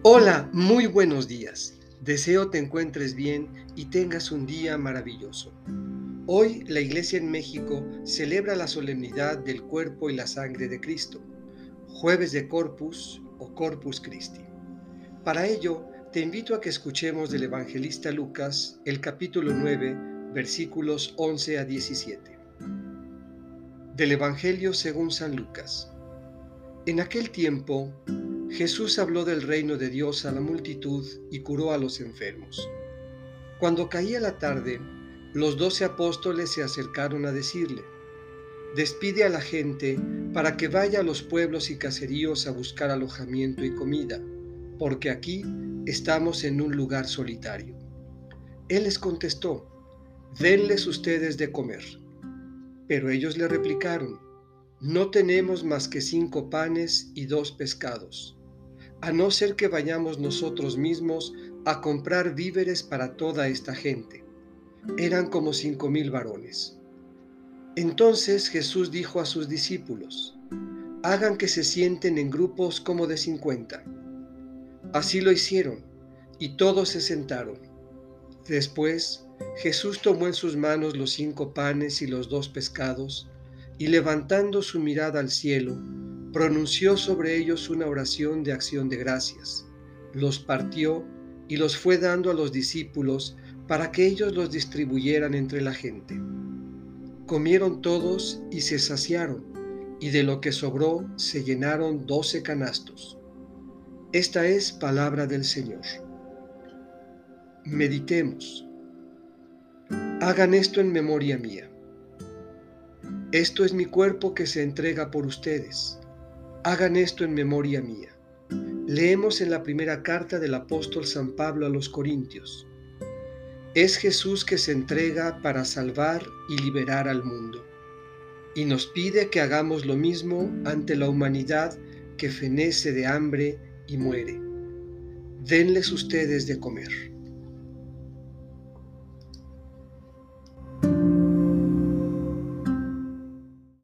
Hola, muy buenos días. Deseo te encuentres bien y tengas un día maravilloso. Hoy la Iglesia en México celebra la solemnidad del cuerpo y la sangre de Cristo, jueves de Corpus o Corpus Christi. Para ello, te invito a que escuchemos del evangelista Lucas el capítulo 9, versículos 11 a 17. Del Evangelio según San Lucas. En aquel tiempo, Jesús habló del reino de Dios a la multitud y curó a los enfermos. Cuando caía la tarde, los 12 apóstoles se acercaron a decirle: Despide a la gente para que vaya a los pueblos y caseríos a buscar alojamiento y comida, porque aquí estamos en un lugar solitario. Él les contestó: Denles ustedes de comer. Pero ellos le replicaron: No tenemos más que 5 panes y 2 pescados. A no ser que vayamos nosotros mismos a comprar víveres para toda esta gente. Eran como 5,000 varones. Entonces Jesús dijo a sus discípulos: Hagan que se sienten en grupos como de 50. Así lo hicieron, y todos se sentaron. Después Jesús tomó en sus manos los 5 panes y los 2 pescados, y levantando su mirada al cielo, pronunció sobre ellos una oración de acción de gracias, los partió y los fue dando a los discípulos para que ellos los distribuyeran entre la gente. Comieron todos y se saciaron, y de lo que sobró se llenaron 12 canastos. Esta es palabra del Señor. Meditemos. Hagan esto en memoria mía. Esto es mi cuerpo que se entrega por ustedes. Hagan esto en memoria mía. Leemos en la primera carta del apóstol San Pablo a los Corintios. Es Jesús que se entrega para salvar y liberar al mundo, y nos pide que hagamos lo mismo ante la humanidad que fenece de hambre y muere. Denles ustedes de comer.